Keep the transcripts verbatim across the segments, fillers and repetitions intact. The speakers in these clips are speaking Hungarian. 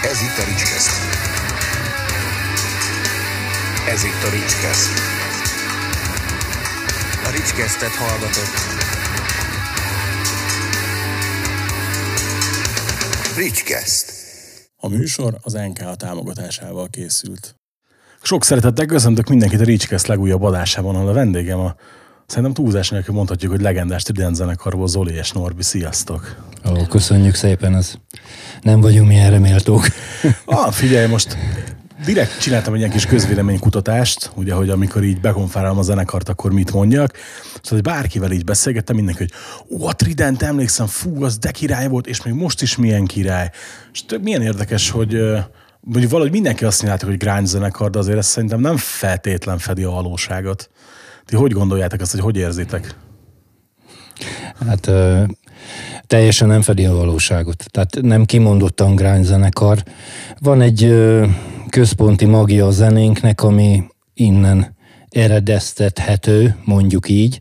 Ez itt a Ricskeszt. Ez itt a Ricskeszt. A Ricskesztet hallgatott. Ricskeszt. A műsor az en ká támogatásával készült. Sok szeretettel köszöntök mindenkit a Ricskeszt legújabb adásában, ahol a vendégem a szerintem túlzás nélkül mondhatjuk, hogy legendás Trident zenekarból Zoli és Norbi. Sziasztok! Ó, köszönjük szépen, az nem vagyunk mi erre méltók. Ah, figyelj, most direkt csináltam egy ilyen kis közvéleménykutatást, ugye, hogy amikor így bekonfárálom a zenekart, akkor mit mondjak. Szóval, hogy bárkivel így beszélgettem, mindenki, hogy ó, a Trident, emlékszem, fú, az de király volt, és még most is milyen király. És milyen érdekes, hogy, hogy valahogy mindenki azt mondjátok, hogy grunge zenekar, de azért ez szerintem nem feltétlen fedi a valóságot. Ti hogy gondoljátok azt, hogy hogy érzitek? Hát ö, teljesen nem fedi a valóságot. Tehát nem kimondottan grunge zenekar. Van egy ö, központi magja a zenénknek, ami innen eredeztethető, mondjuk így,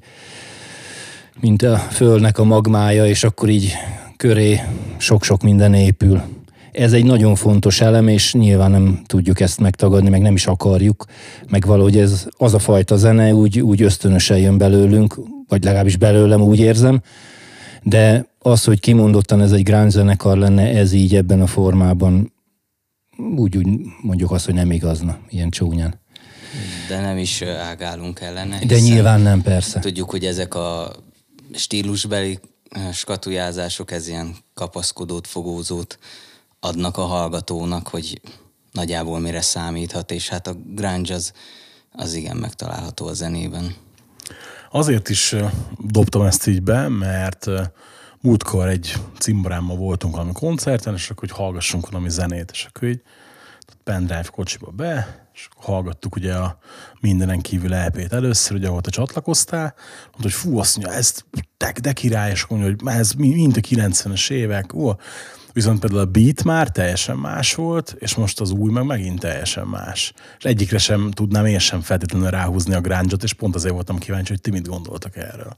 mint a földnek a magmája, és akkor így köré sok-sok minden épül. Ez egy nagyon fontos elem, és nyilván nem tudjuk ezt megtagadni, meg nem is akarjuk, meg valahogy ez az a fajta zene úgy, úgy ösztönösen jön belőlünk, vagy legalábbis belőlem úgy érzem, de az, hogy kimondottan ez egy grunge zenekar lenne, ez így ebben a formában úgy, úgy mondjuk azt, hogy nem igazna, ilyen csúnyán. De nem is ágálunk ellene. De nyilván nem, persze. Tudjuk, hogy ezek a stílusbeli skatujázások, ez ilyen kapaszkodót, fogózót adnak a hallgatónak, hogy nagyjából mire számíthat, és hát a grunge az, az igen megtalálható a zenében. Azért is dobtam ezt így be, mert múltkor egy cimborámmal voltunk valami koncerten, és akkor hogy hallgassunk valami zenét, és akkor így pendrive kocsiba be, és hallgattuk ugye a mindenen kívül é pét először, ugye ahol te csatlakoztál, mondta, hogy fú, azt mondja, ez de, de király, és mondja, hogy ez mind a kilencvenes évek, ó. Viszont például a beat már teljesen más volt, és most az új meg megint teljesen más. És egyikre sem tudnám én sem feltétlenül ráhúzni a grunge-ot, és pont azért voltam kíváncsi, hogy ti mit gondoltak erről.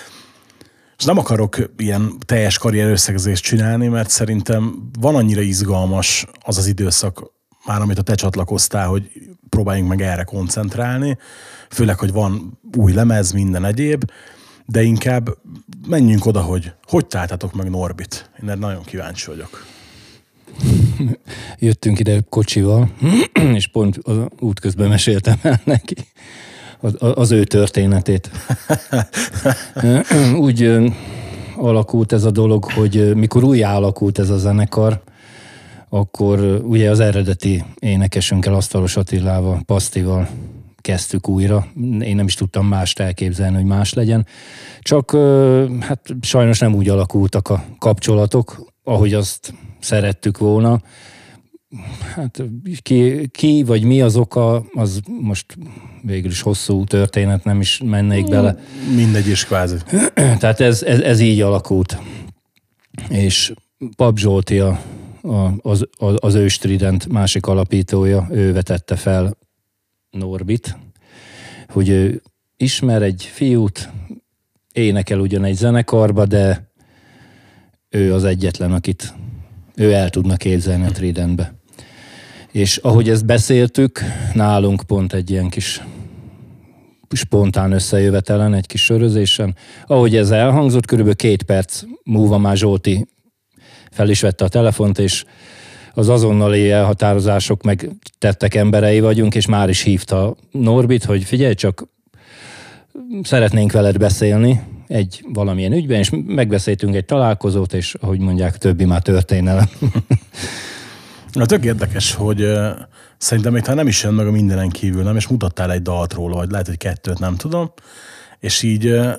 És nem akarok ilyen teljes karrier összegzést csinálni, mert szerintem van annyira izgalmas az az időszak, már amit a te csatlakoztál, hogy próbáljunk meg erre koncentrálni, főleg, hogy van új lemez, minden egyéb, de inkább menjünk oda, hogy hogy találtátok meg Norbit. Én erre nagyon kíváncsi vagyok. Jöttünk ide kocsival, és pont az útközben meséltem el neki az, az ő történetét. Úgy alakult ez a dolog, hogy mikor újjá alakult ez a zenekar, akkor ugye az eredeti énekesünkkel, Asztalos Attilával, Pasztival kezdtük újra. Én nem is tudtam mást elképzelni, hogy más legyen. Csak hát sajnos nem úgy alakultak a kapcsolatok, ahogy azt szerettük volna. Hát ki, ki vagy mi az oka, az most végül is hosszú történet, nem is mennék bele. Mindegy is kvázi. Tehát ez, ez, ez így alakult. És Pap Zsolti a, a, az, az ős Trident másik alapítója, ő vetette fel Norbit, hogy ő ismer egy fiút, énekel ugyan egy zenekarba, de ő az egyetlen, akit ő el tudna képzelni a Tridentbe. És ahogy ezt beszéltük, nálunk pont egy ilyen kis spontán összejövetelen, egy kis sörözésen, ahogy ez elhangzott, körülbelül két perc múlva már Zsolti fel is vette a telefont, és az azonnali elhatározások meg tettek emberei vagyunk, és már is hívta Norbit, hogy figyelj csak, szeretnénk veled beszélni egy valamilyen ügyben, és megbeszéltünk egy találkozót, és ahogy mondják, többi már történelem. Na, tök érdekes, hogy uh, szerintem még nem is jön meg a mindenen kívül, nem, és mutattál egy dalt róla, vagy lehet, hogy kettőt, nem tudom, és így uh,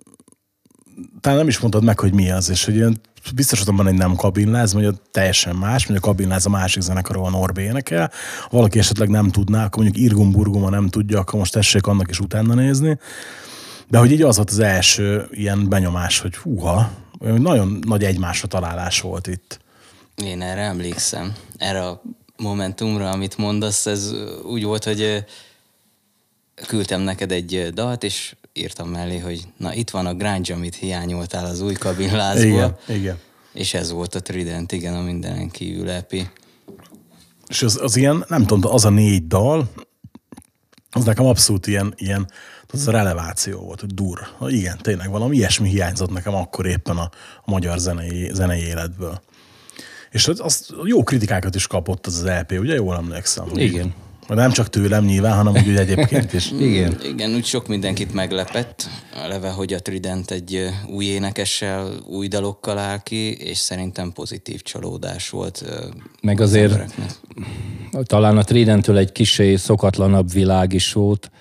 talán nem is mondtad meg, hogy mi az, és hogy ilyen biztos, hogy van egy nem kabinláz, mondjuk teljesen más, mondjuk a kabinláz a másik zenekar, ahol Norbi énekel. Ha valaki esetleg nem tudná, akkor mondjuk Irgum Burgum, ha nem tudja, akkor most tessék annak is utána nézni. De hogy így az volt az első ilyen benyomás, hogy húha, nagyon nagy egymásra találás volt itt. Én erre emlékszem. Erre a momentumra, amit mondasz, ez úgy volt, hogy küldtem neked egy dalt, és írtam mellé, hogy na itt van a grunge, amit hiányoltál az új kabinlázból. Igen, igen. És ez volt a Trident, igen, a mindenen kívül é pé. És az, az ilyen, nem tudom, az a négy dal, az nekem abszolút ilyen, ilyen az a releváció volt, hogy dur. Na igen, tényleg valami ilyesmi hiányzott nekem akkor éppen a, a magyar zenei, zenei életből. És az, az jó kritikákat is kapott az az é pé, ugye? Jól emlékszem. Igen. Hogy nem csak tőlem nyilván, hanem úgy egyébként is. Igen. Igen, úgy sok mindenkit meglepett, eleve, hogy a Trident egy új énekessel, új dalokkal áll ki, és szerintem pozitív csalódás volt. Meg az azért embereknek. Talán a Tridenttől egy kissé szokatlanabb világ is volt.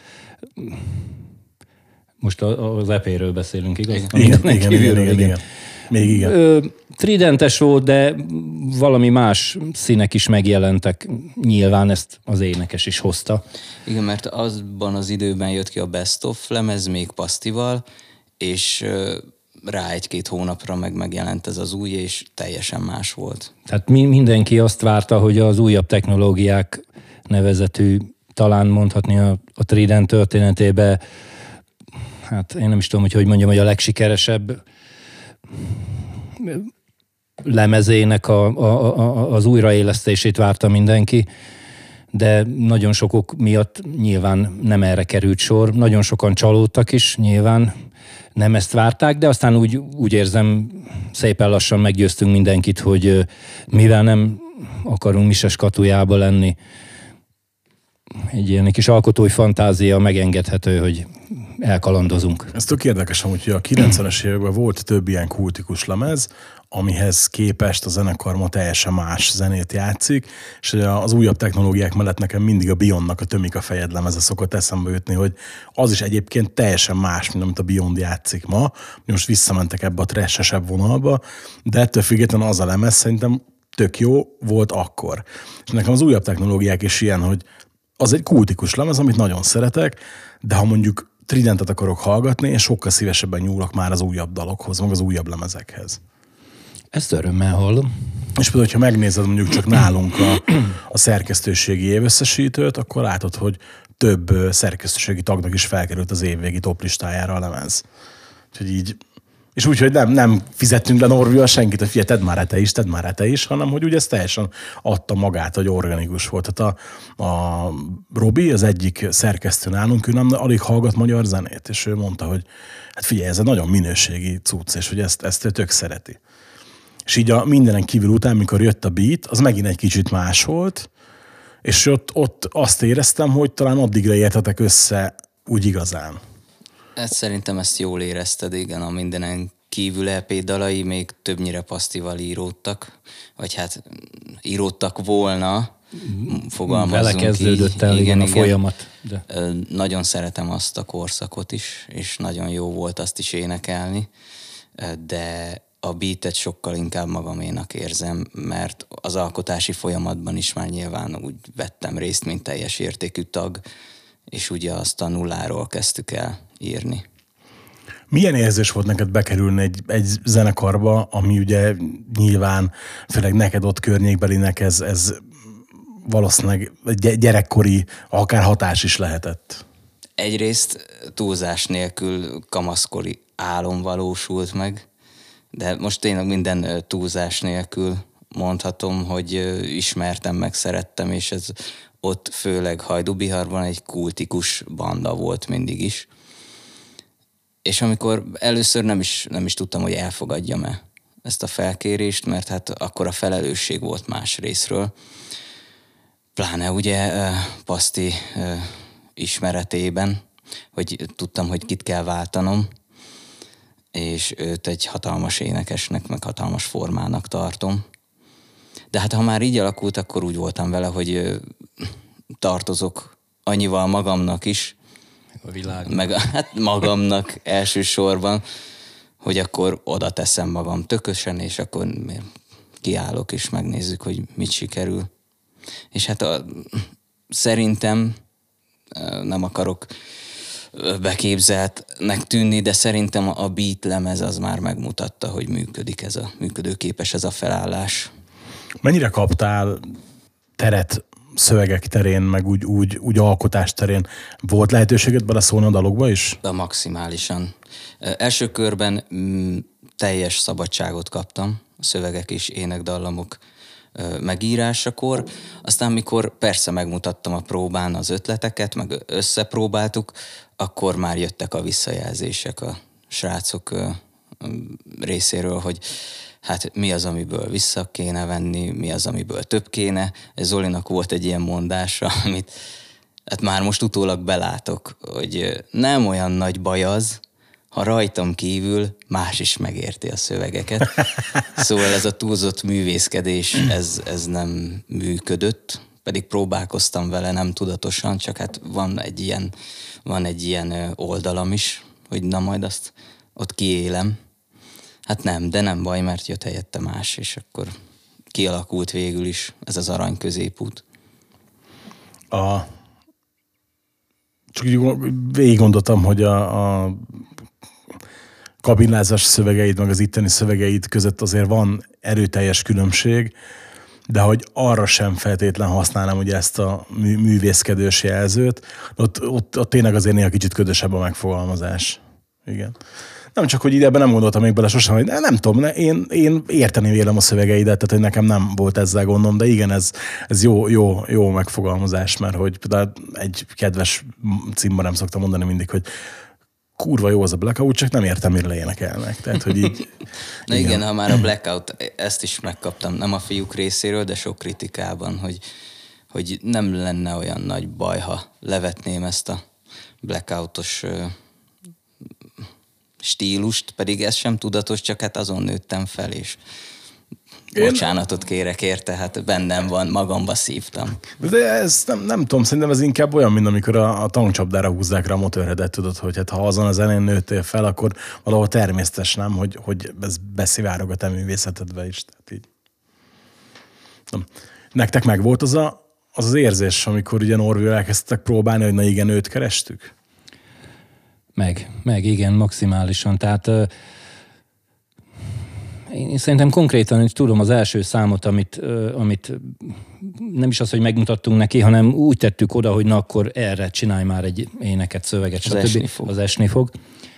Most az é péről beszélünk, igaz? Igen, igen, igen, igen, igen, igen. Még igen. Ö, Tridentes volt, de valami más színek is megjelentek. Nyilván ezt az énekes is hozta. Igen, mert azban az időben jött ki a Best of lemez, még Pasztival, és rá egy-két hónapra meg megjelent ez az új, és teljesen más volt. Tehát mi, mindenki azt várta, hogy az újabb technológiák nevezetű, talán mondhatni a, a Trident történetébe, hát én nem is tudom, hogy hogy mondjam, hogy a legsikeresebb lemezének a, a, a, az újraélesztését várta mindenki, de nagyon sokok miatt nyilván nem erre került sor. Nagyon sokan csalódtak is, nyilván nem ezt várták, de aztán úgy, úgy érzem, szépen lassan meggyőztünk mindenkit, hogy mivel nem akarunk mi se skatujába lenni, egy ilyen kis alkotói fantázia megengedhető, hogy elkalandozunk. Ez tök érdekes, hogy a kilencvenes években volt több ilyen kultikus lemez, amihez képest a zenekar ma teljesen más zenét játszik, és az újabb technológiák mellett nekem mindig a Beyondnak a Tömik a fejed lemeze szokott eszembe jutni, hogy az is egyébként teljesen más, mint amit a Beyond játszik ma. Most visszamentek ebbe a trashesebb vonalba, de ettől függetlenül az a lemez szerintem tök jó volt akkor. És nekem az újabb technológiák is ilyen, hogy az egy kultikus lemez, amit nagyon szeretek, de ha mondjuk Tridentet akarok hallgatni, én sokkal szívesebben nyúlok már az újabb dalokhoz, meg az újabb lemezekhez. Ezt örömmel hallom. És például, hogyha megnézed mondjuk csak nálunk a, a szerkesztőségi évösszesítőt, akkor látod, hogy több szerkesztőségi tagnak is felkerült az évvégi toplistájára a lemez. Úgyhogy így, és úgy, hogy nem, nem fizettünk le Norvival senkit, hogy figyelj, tedd már te is, tedd már te is, hanem hogy ugye ez teljesen adta magát, hogy organikus volt. Tehát a, a Robi, az egyik szerkesztő nálunk, ő nem alig hallgat magyar zenét, és ő mondta, hogy hát figyelj, ez egy nagyon minőségi cucc, és hogy ezt, ezt ő tök szereti. És így a mindenen kívül után, mikor jött a beat, az megint egy kicsit más volt, és ott, ott azt éreztem, hogy talán addigra értetek össze úgy igazán. Hát szerintem ezt jól érezted, igen, a mindenen kívül é pé dalai még többnyire Pasztival íródtak, vagy hát íródtak volna, fogalmazzunk Vele kezdődött el, igen, igen, a igen. folyamat. De. Nagyon szeretem azt a korszakot is, és nagyon jó volt azt is énekelni, de a beatet sokkal inkább magaménak érzem, mert az alkotási folyamatban is már nyilván úgy vettem részt, mint teljes értékű tag, és ugye azt a nulláról kezdtük el írni. Milyen érzés volt neked bekerülni egy, egy zenekarba, ami ugye nyilván, főleg neked ott környékbelinek ez, ez valószínűleg gyerekkori, akár hatás is lehetett? Egyrészt túlzás nélkül kamaszkori álom valósult meg, de most tényleg minden túlzás nélkül mondhatom, hogy ismertem, meg szerettem, és ez ott főleg Hajdúbiharban egy kultikus banda volt mindig is. És amikor először nem is, nem is tudtam, hogy elfogadjam-e ezt a felkérést, mert hát akkor a felelősség volt más részről. Pláne ugye Paszti ismeretében, hogy tudtam, hogy kit kell váltanom, és őt egy hatalmas énekesnek, meg hatalmas formának tartom. De hát ha már így alakult, akkor úgy voltam vele, hogy tartozok annyival magamnak is, a világ. meg hát magamnak elsősorban, hogy akkor oda teszem magam tökösen, és akkor kiállok, és megnézzük, hogy mit sikerül. És hát a, szerintem nem akarok beképzeltnek tűnni, de szerintem a beat lemez az már megmutatta, hogy működik ez a, működőképes ez a felállás. Mennyire kaptál teret szövegek terén, meg úgy, úgy, úgy alkotás terén? Volt lehetőséget beleszólni a dalokba is? De maximálisan. Első körben mm, teljes szabadságot kaptam, a szövegek és énekdallamok megírásakor. Aztán mikor persze megmutattam a próbán az ötleteket, meg összepróbáltuk, akkor már jöttek a visszajelzések a srácok részéről, hogy hát mi az, amiből vissza kéne venni, mi az, amiből több kéne. Zolinak volt egy ilyen mondása, amit hát már most utólag belátok, hogy nem olyan nagy baj az, ha rajtam kívül más is megérti a szövegeket. Szóval ez a túlzott művészkedés, ez, ez nem működött, pedig próbálkoztam vele nem tudatosan, csak hát van egy ilyen, van egy ilyen oldalam is, hogy na majd azt ott kiélem. Hát nem, de nem baj, mert jött helyette más, és akkor kialakult végül is ez az arany középút. A... Csak így végig gondoltam, hogy a, a kabinlázás szövegeid, meg az itteni szövegeid között azért van erőteljes különbség, de hogy arra sem feltétlen használnám ugye ezt a mű, művészkedős jelzőt, ott, ott, ott tényleg azért néha kicsit ködösebb a megfogalmazás. Igen. Nem csak, hogy ide ebben nem gondoltam még bele sosem, hogy nem, nem tudom, én, én érteni vélem a szövegeidet, tehát hogy nekem nem volt ezzel gondom, de igen, ez, ez jó, jó, jó megfogalmazás, mert hogy például egy kedves címbarám szoktam mondani mindig, hogy kurva jó az a Blackout, csak nem értem, mire énekelnek. Tehát, hogy így... Na igen. igen, ha már a Blackout, ezt is megkaptam, nem a fiúk részéről, de sok kritikában, hogy, hogy nem lenne olyan nagy baj, ha levetném ezt a Blackoutos stílust, pedig ez sem tudatos, csak hát azon nőttem fel, és Én... bocsánatot kérek érte, hát bennem van, magamba szívtam. De ez nem, nem tudom, szerintem ez inkább olyan, mint amikor a, a tankcsapdára húzzák rá a motorheadet, tudod, hogy hát ha azon az elején nőttél fel, akkor valahol természetes, nem, hogy, hogy ez beszivárog a te művészetedbe is. Tehát így. Nem. Nektek meg volt az, a, az az érzés, amikor ugye Norvival elkezdtek próbálni, hogy na igen, őt kerestük? Meg, meg igen, maximálisan. Tehát uh, én szerintem konkrétan is tudom az első számot, amit, uh, amit nem is az, hogy megmutattunk neki, hanem úgy tettük oda, hogy na akkor erre csinálj már egy éneket, szöveget, stb. Esni fog. Az esni fog.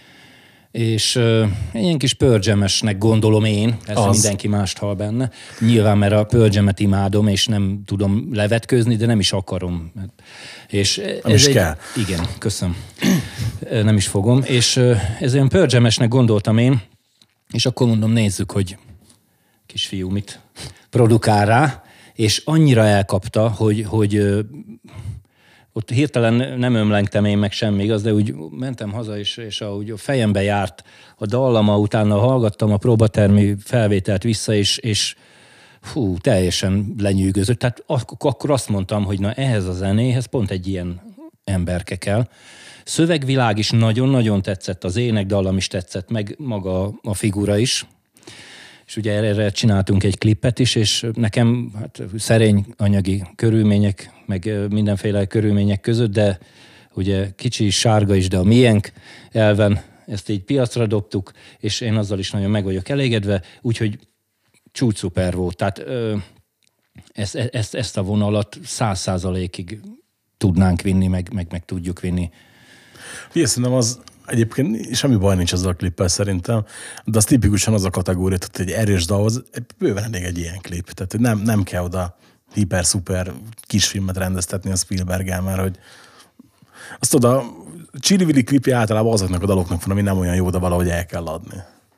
És uh, ilyen kis Pearl-Jam-esnek gondolom én, persze az. Mindenki mást hall benne. Nyilván, mert a Pearl Jam-et imádom, és nem tudom levetkőzni, de nem is akarom. És nem is egy, kell. Igen, köszönöm. Nem is fogom. És ez olyan Pearl Jam-esnek gondoltam én, és akkor mondom, nézzük, hogy kisfiú mit produkál rá, és annyira elkapta, hogy, hogy ott hirtelen nem ömlengtem én meg semmi igaz, de úgy mentem haza, és, és ahogy a fejembe járt a dallama, utána hallgattam a próbatermi felvételt vissza, és, és hú, teljesen lenyűgözött. Tehát ak- akkor azt mondtam, hogy na ehhez a zenéhez pont egy ilyen emberke kell. Szövegvilág is nagyon-nagyon tetszett, az énekdallam is tetszett, meg maga a figura is. És ugye erre csináltunk egy klippet is, és nekem hát, szerény anyagi körülmények, meg mindenféle körülmények között, de ugye kicsi, sárga is, de a miénk elven ezt így piacra dobtuk, és én azzal is nagyon meg vagyok elégedve, úgyhogy csúcs szuper volt. Tehát ö, ezt, ezt, ezt a vonalat száz százalékig tudnánk vinni, meg, meg, meg tudjuk vinni. Figyelj, szerintem az egyébként semmi baj nincs azzal a klippel szerintem, de az tipikusan az a kategória, hogy egy erős dalhoz bőven elég egy ilyen klip. Tehát nem, nem kell oda hiper-szuper kisfilmet rendeztetni a Spielberg-el, mert hogy azt oda Chili Willy klipje általában azoknak a daloknak van, ami nem olyan jó, de valahogy el kell adni.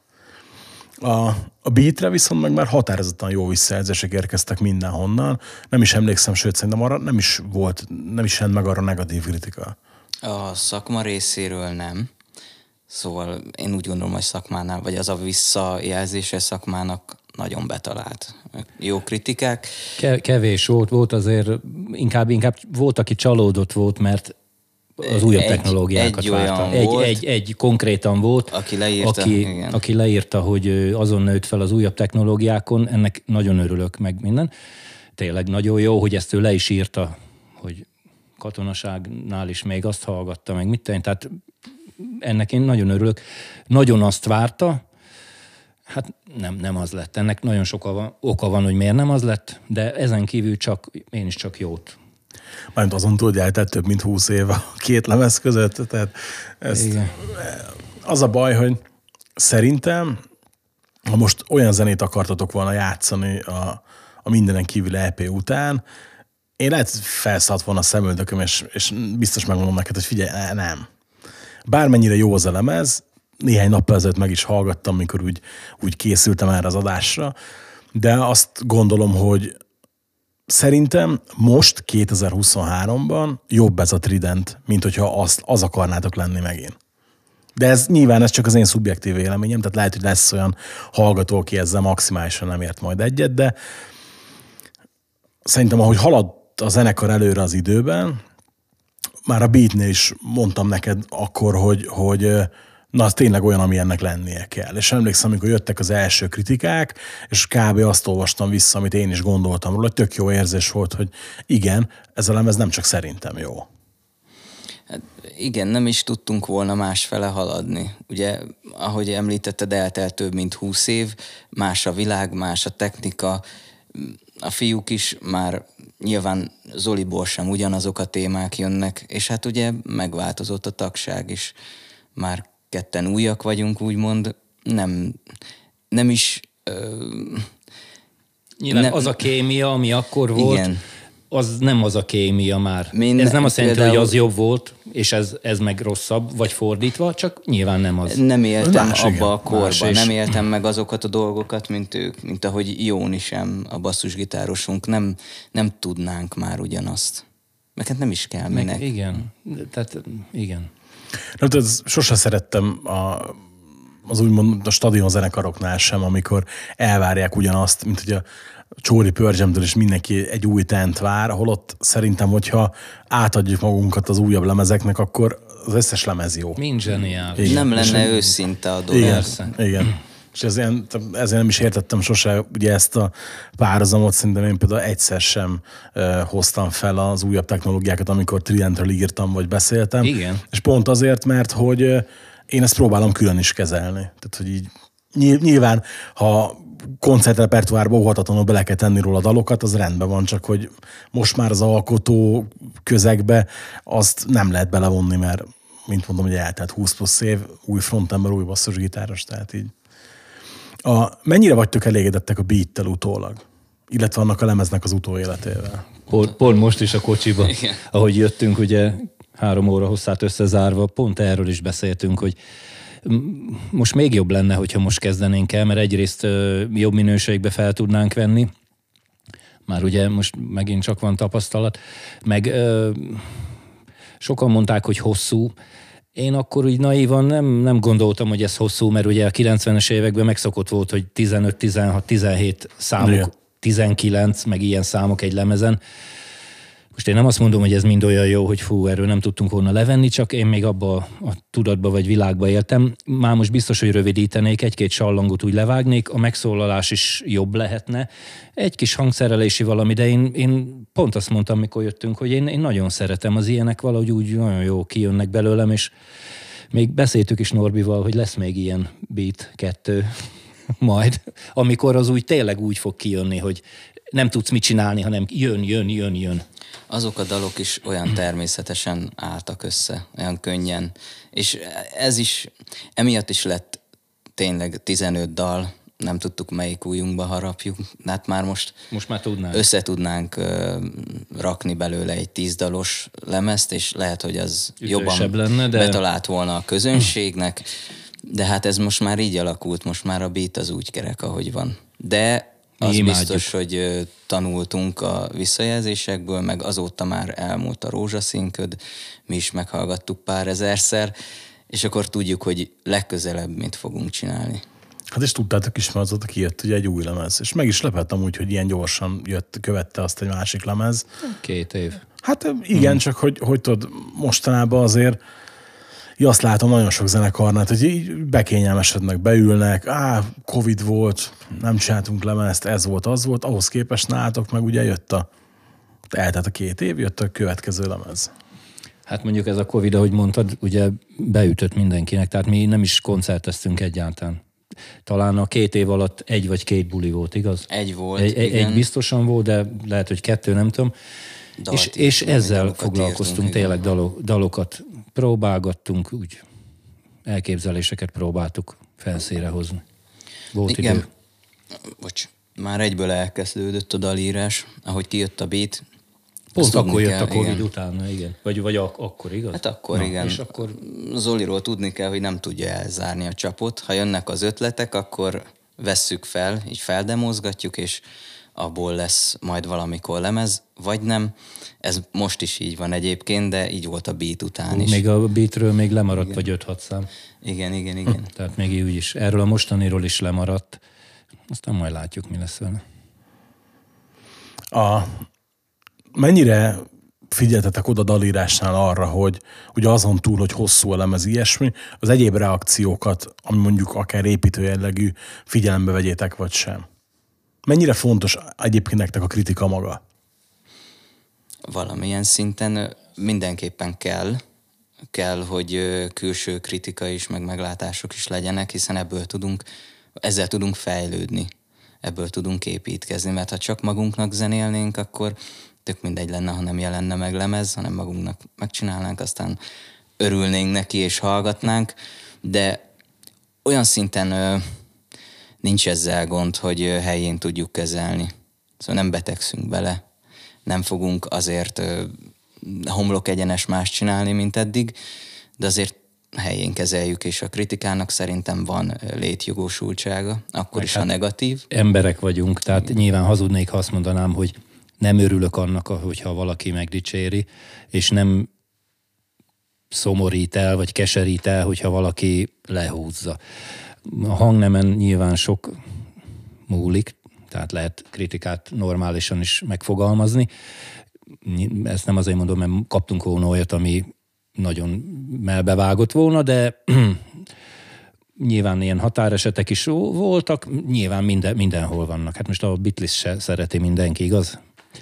A, a beatre viszont meg már határozottan jó visszajelzések érkeztek mindenhonnan. Nem is emlékszem, sőt szerintem arra nem is volt, nem is jelent meg arra negatív kritika. A szakma részéről nem. Szóval én úgy gondolom, hogy szakmánál, vagy az a visszajelzése szakmának nagyon betalált. Jó kritikák. Kevés volt, volt azért, inkább, inkább volt, aki csalódott volt, mert az újabb egy, technológiákat egy várta. Egy, volt, egy, egy konkrétan volt, aki leírta, aki, aki leírta, hogy azon nőtt fel az újabb technológiákon, ennek nagyon örülök meg minden. Tényleg nagyon jó, hogy ezt ő le is írta, hogy katonaságnál is még azt hallgatta, meg mit tenni. Tehát ennek én nagyon örülök. Nagyon azt várta, hát nem, nem az lett. Ennek nagyon sok oka van, hogy miért nem az lett, de ezen kívül csak, én is csak jót. Mármint azon túl, hogy eltett több mint húsz év a két lemez között. Tehát ezt, az a baj, hogy szerintem, ha most olyan zenét akartatok volna játszani a, a mindenen kívül é pé után, én lehet felszállt volna a szemöldököm, és, és biztos megmondom neked, hogy figyelj, nem. Bármennyire jó az a lemez, néhány nappal ezelőtt meg is hallgattam, mikor úgy, úgy készültem erre az adásra, de azt gondolom, hogy szerintem most kétezer-huszonháromban jobb ez a Trident, mint hogyha azt, az akarnátok lenni megint. De ez nyilván ez csak az én szubjektív véleményem, tehát lehet, hogy lesz olyan hallgató, aki ezzel maximálisan nem ért majd egyet, de szerintem, ahogy haladt a zenekar előre az időben, már a beatnél is mondtam neked akkor, hogy, hogy na, az tényleg olyan, ami ennek lennie kell. És emlékszem, amikor jöttek az első kritikák, és kb. Azt olvastam vissza, amit én is gondoltam róla, hogy tök jó érzés volt, hogy igen, ez a lemez nem csak szerintem jó. Hát igen, nem is tudtunk volna másfele haladni. Ugye, ahogy említetted, eltelt több mint húsz év, más a világ, más a technika, a fiúk is már nyilván Zoliból sem ugyanazok a témák jönnek, és hát ugye megváltozott a tagság is. Már ketten újak vagyunk, úgymond, nem, nem is... Ö, nyilván nem, az a kémia, ami akkor volt, igen. Az nem az a kémia már. Min, ez nem azt jelenti, például, hogy az jobb volt, és ez, ez meg rosszabb, vagy fordítva, csak nyilván nem az. Nem éltem más, abba igen, a korba, nem éltem meg azokat a dolgokat, mint ők, mint ahogy Jóni sem, a basszusgitárosunk, nem, nem tudnánk már ugyanazt. Meg hát nem is kell meg minek. Igen, tehát igen. Nem tudom, sosem szerettem a, az úgymond a stadionzenekaroknál sem, amikor elvárják ugyanazt, mint hogy a Csóri Pörzsemtől is mindenki egy új tent vár, holott szerintem, hogyha átadjuk magunkat az újabb lemezeknek, akkor az összes lemez jó. Mind zseniális. Nem lenne őszinte a dolog. Igen, igen. És ezért, ezért nem is értettem sose ugye ezt a párhuzamot, szerintem én például egyszer sem uh, hoztam fel az újabb technológiákat, amikor Tridentről írtam, vagy beszéltem. Igen. És pont azért, mert hogy uh, én ezt próbálom külön is kezelni. Tehát, hogy így nyilván, ha koncertrepertoárba óhatatlanul bele kell tenni róla dalokat, az rendben van, csak hogy most már az alkotó közegbe azt nem lehet belevonni, mert mint mondom, hogy eltelt húsz plusz év, új frontember, új basszusgitáros, tehát így. A, mennyire vagytok elégedettek a beattel utólag? Illetve annak a lemeznek az utóéletével? Pont, pont most is a kocsiba, igen. Ahogy jöttünk, ugye három óra hosszát összezárva, pont erről is beszéltünk, hogy most még jobb lenne, hogyha most kezdenénk el, mert egyrészt jobb minőségbe fel tudnánk venni, már ugye most megint csak van tapasztalat, meg ö, sokan mondták, hogy hosszú. Én akkor úgy naívan nem, nem gondoltam, hogy ez hosszú, mert ugye a kilencvenes években megszokott volt, hogy tizenöt, tizenhat, tizenhét számok, igen. tizenkilenc, meg ilyen számok egy lemezen. Most én nem azt mondom, hogy ez mind olyan jó, hogy fú, erről nem tudtunk volna levenni, csak én még abba a tudatba vagy világba éltem. Már most biztos, hogy rövidítenék, egy-két sallangot úgy levágnék, a megszólalás is jobb lehetne. Egy kis hangszerelési valami, de én, én pont azt mondtam, mikor jöttünk, hogy én, én nagyon szeretem az ilyenek, valahogy úgy nagyon jó kijönnek belőlem, és még beszéltük is Norbival, hogy lesz még ilyen beat kettő majd, amikor az úgy tényleg úgy fog kijönni, hogy nem tudsz mit csinálni, hanem jön, jön, jön, jön. Azok a dalok is olyan természetesen álltak össze, olyan könnyen. És ez is, emiatt is lett tényleg tizenöt dal, nem tudtuk melyik ujjunkba harapjuk. Hát már most, most már tudnánk. Össze tudnánk uh, rakni belőle egy tízdalos lemezt, és lehet, hogy az ütősebb jobban lenne, de... betalált volna a közönségnek. De hát ez most már így alakult, most már a beat az úgy kerek, ahogy van. De az biztos, hogy tanultunk a visszajelzésekből, meg azóta már elmúlt a rózsaszínköd, mi is meghallgattuk pár ezerszer, és akkor tudjuk, hogy legközelebb mit fogunk csinálni. Hát és tudtátok is, mert azóta kijött ugye egy új lemez, és meg is lepettem úgy, hogy ilyen gyorsan jött, követte azt egy másik lemez. Két év. Hát igen, hmm. csak hogy, hogy tudod, mostanában azért én azt látom nagyon sok zenekarnál, hogy így bekényelmesednek, beülnek, á, Covid volt, nem csináltunk lemezt, ez volt, az volt, ahhoz képest nálatok meg ugye jött a, eltelt a két év, jött a következő lemez. Hát mondjuk ez a Covid, ahogy mondtad, ugye beütött mindenkinek, tehát mi nem is koncerteztünk egyáltalán. Talán a két év alatt egy vagy két buli volt, igaz? Egy volt, egy, igen. Egy biztosan volt, de lehet, hogy kettő, nem tudom. És, és ezzel foglalkoztunk tényleg dalok, dalokat. Próbálgattunk, úgy elképzeléseket próbáltuk felszínre hozni. Volt igen. idő. Bocs. Már egyből elkezdődött a dalírás, ahogy kijött a beat. Pont akkor jött kell, a Covid igen. utána, igen. Vagy, vagy ak- akkor, igaz? Hát akkor Na, igen. És akkor... Zoliról tudni kell, hogy nem tudja elzárni a csapot. Ha jönnek az ötletek, akkor vesszük fel, így feldemozgatjuk, és abból lesz majd valamikor lemez, vagy nem. Ez most is így van egyébként, de így volt a beat után is. Még a beatről még lemaradt, Igen. vagy öt-hat szám. Igen, igen, igen. Tehát még így is. Erről a mostaniról is lemaradt. Aztán majd látjuk, mi lesz vele. A, mennyire figyeltetek oda dalírásnál arra, hogy ugye azon túl, hogy hosszú a lemez ilyesmi, az egyéb reakciókat, ami mondjuk akár építő jellegű, figyelembe vegyétek, vagy sem? Mennyire fontos egyébként nektek a kritika maga? Valamilyen szinten mindenképpen kell, kell, hogy külső kritika is, meg meglátások is legyenek, hiszen ebből tudunk, ezzel tudunk fejlődni, ebből tudunk építkezni, mert ha csak magunknak zenélnénk, akkor tök mindegy lenne, ha nem jelenne meg lemez, hanem magunknak megcsinálnánk, aztán örülnénk neki és hallgatnánk, de olyan szinten ö, nincs ezzel gond, hogy ö, helyén tudjuk kezelni. Szóval nem betegszünk bele, nem fogunk azért ö, homlok egyenes más csinálni, mint eddig, de azért helyén kezeljük, és a kritikának szerintem van létjogosultsága, akkor Meg is, hát ha negatív. Emberek vagyunk, tehát nyilván hazudnék, ha azt mondanám, hogy nem örülök annak, hogyha valaki megdicséri, és nem szomorít el, vagy keserít el, hogyha valaki lehúzza. A hangnemen nyilván sok múlik, tehát lehet kritikát normálisan is megfogalmazni. Ezt nem azért mondom, mert kaptunk volna olyat, ami nagyon melbevágott volna, de nyilván ilyen határesetek is voltak, nyilván minden, mindenhol vannak. Hát most a Beatles se szereti mindenki, igaz?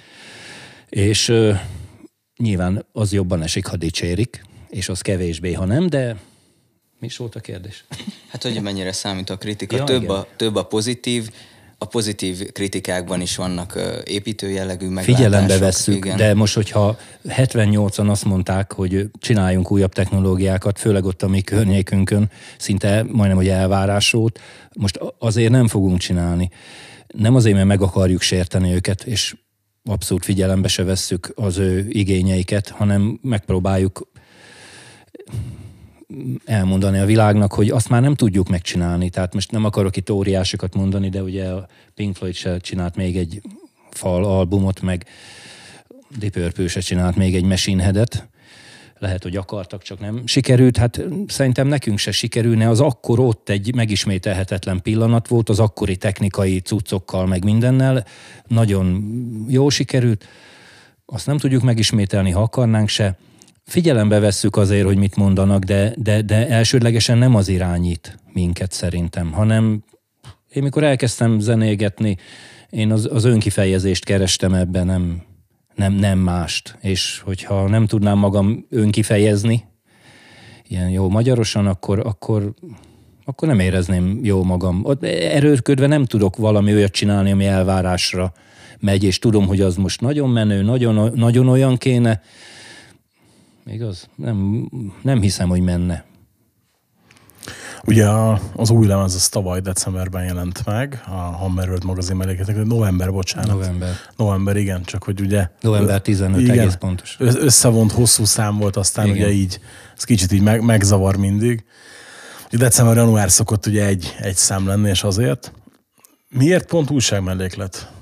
És uh, nyilván az jobban esik, ha dicsérik, és az kevésbé, ha nem, de mi is volt a kérdés? Hát, hogy mennyire számít a kritika. Ja, több, a, több a pozitív, a pozitív kritikákban is vannak építő jellegű meglátások. Figyelembe vesszük, igen. De most, hogyha hetvennyolcan azt mondták, hogy csináljunk újabb technológiákat, főleg ott a mi környékünkön, szinte majdnem, hogy elvárás volt, most azért nem fogunk csinálni. Nem azért, mert meg akarjuk sérteni őket, és abszolút figyelembe se vesszük az ő igényeiket, hanem megpróbáljuk elmondani a világnak, hogy azt már nem tudjuk megcsinálni. Tehát most nem akarok itt óriásokat mondani, de ugye a Pink Floyd se csinált még egy fal albumot, meg Deep Purple se csinált még egy Machine Head-et. Lehet, hogy akartak, csak nem sikerült. Hát szerintem nekünk se sikerülne. Az akkor ott egy megismételhetetlen pillanat volt, az akkori technikai cuccokkal, meg mindennel. Nagyon jól sikerült. Azt nem tudjuk megismételni, ha akarnánk se. Figyelembe vesszük azért, hogy mit mondanak, de, de, de elsődlegesen nem az irányít minket szerintem, hanem én mikor elkezdtem zenégetni, én az, az önkifejezést kerestem ebben, nem, nem, nem mást. És hogyha nem tudnám magam önkifejezni, ilyen jó magyarosan, akkor, akkor, akkor nem érezném jó magam. Erőrködve nem tudok valami olyat csinálni, ami elvárásra megy, és tudom, hogy az most nagyon menő, nagyon, nagyon olyan kéne. Igaz? Nem, nem hiszem, hogy menne. Ugye az új lemez az tavaly decemberben jelent meg, a Hammerworld magazin melléketek, november, bocsánat. November. November, igen, csak hogy ugye... November tizenöt, igen, egész pontos. Összevont hosszú szám volt, aztán igen. Ugye így, ez kicsit így meg, megzavar mindig. Ugye december-január szokott ugye egy, egy szám lenni, és azért. Miért pont újságmelléklet?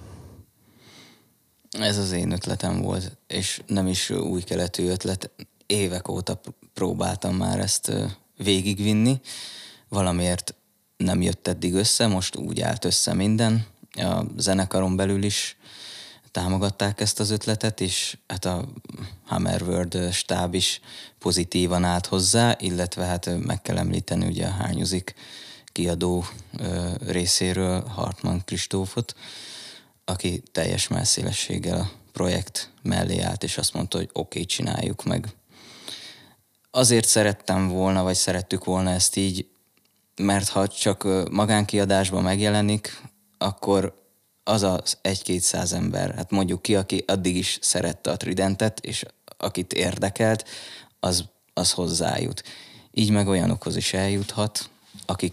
Ez az én ötletem volt, és nem is új keletű ötlet. Évek óta próbáltam már ezt végigvinni. Valamiért nem jött eddig össze, most úgy állt össze minden. A zenekaron belül is támogatták ezt az ötletet, és hát a Hammerworld stáb is pozitívan állt hozzá, illetve hát meg kell említeni ugye a Hányozik kiadó részéről Hartmann Kristófot, aki teljes messzélességgel a projekt mellé állt, és azt mondta, hogy oké, okay, csináljuk meg. Azért szerettem volna, vagy szerettük volna ezt így, mert ha csak magánkiadásban megjelenik, akkor az az egy-kétszáz ember, hát mondjuk ki, aki addig is szerette a Tridentet, és akit érdekelt, az, az hozzájut. Így meg olyanokhoz is eljuthat, akik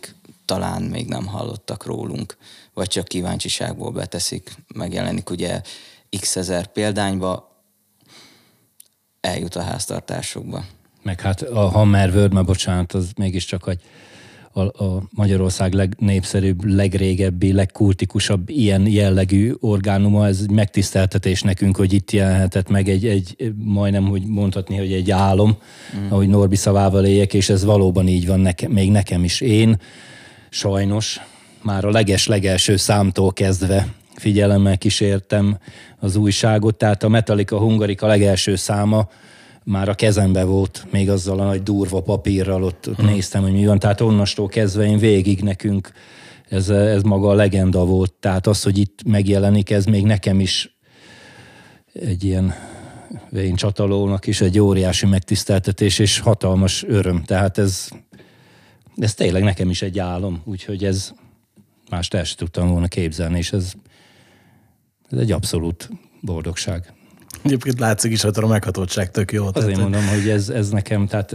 talán még nem hallottak rólunk, vagy csak kíváncsiságból beteszik, megjelenik ugye x ezer példányba, eljut a háztartásokba. Meg hát a Hammer Word, bocsánat, az mégiscsak egy a, a Magyarország legnépszerűbb, legrégebbi, legkultikusabb ilyen jellegű orgánuma, ez megtiszteltetés nekünk, hogy itt jelenhetett meg egy, egy majdnem, hogy mondhatni, hogy egy álom, mm. ahogy Norbi szavával éljek, és ez valóban így van nekem, még nekem is. Én sajnos már a leges-legelső számtól kezdve figyelemmel kísértem az újságot, tehát a Metallica Hungarika legelső száma már a kezembe volt, még azzal a nagy durva papírral, ott, ott hmm. néztem, hogy mi van. Tehát onnastól kezdve én végig nekünk ez, ez maga a legenda volt. Tehát az, hogy itt megjelenik, ez még nekem is egy ilyen vén csatalónak is egy óriási megtiszteltetés és hatalmas öröm. Tehát ez, ez tényleg nekem is egy álom, úgyhogy ez mást el sem tudtam volna képzelni, és ez, ez egy abszolút boldogság. Egyébként látszik is, hogy a meghatottság tök jó. Azért tehát, mondom, hogy ez, ez nekem, tehát...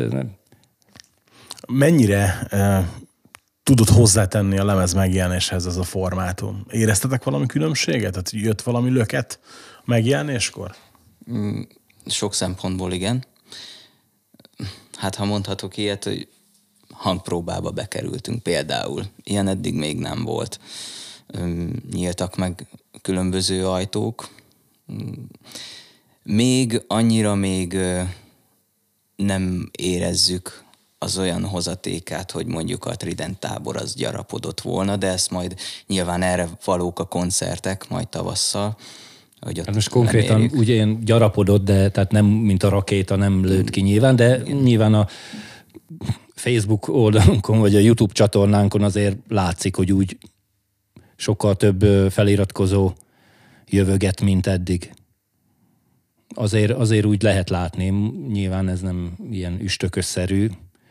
Mennyire eh, tudod hozzátenni a lemez megjelenéshez ez a formátum? Éreztetek valami különbséget? Tehát jött valami löket megjelenéskor? Mm, sok szempontból igen. Hát ha mondhatok ilyet, hogy hangpróbába bekerültünk például. Ilyen eddig még nem volt. Nyíltak meg különböző ajtók. Még annyira még nem érezzük az olyan hozatékát, hogy mondjuk a Trident tábor az gyarapodott volna, de ezt majd nyilván erre valók a koncertek, majd tavasszal. Hogy ott hát most konkrétan lemérjük. Ugye én gyarapodott, de tehát nem, mint a rakéta nem lőtt ki nyilván, de igen. Nyilván a Facebook oldalunkon, vagy a YouTube csatornánkon azért látszik, hogy úgy sokkal több feliratkozó jövöget, mint eddig. Azért, azért úgy lehet látni, nyilván ez nem ilyen üstökösszerű.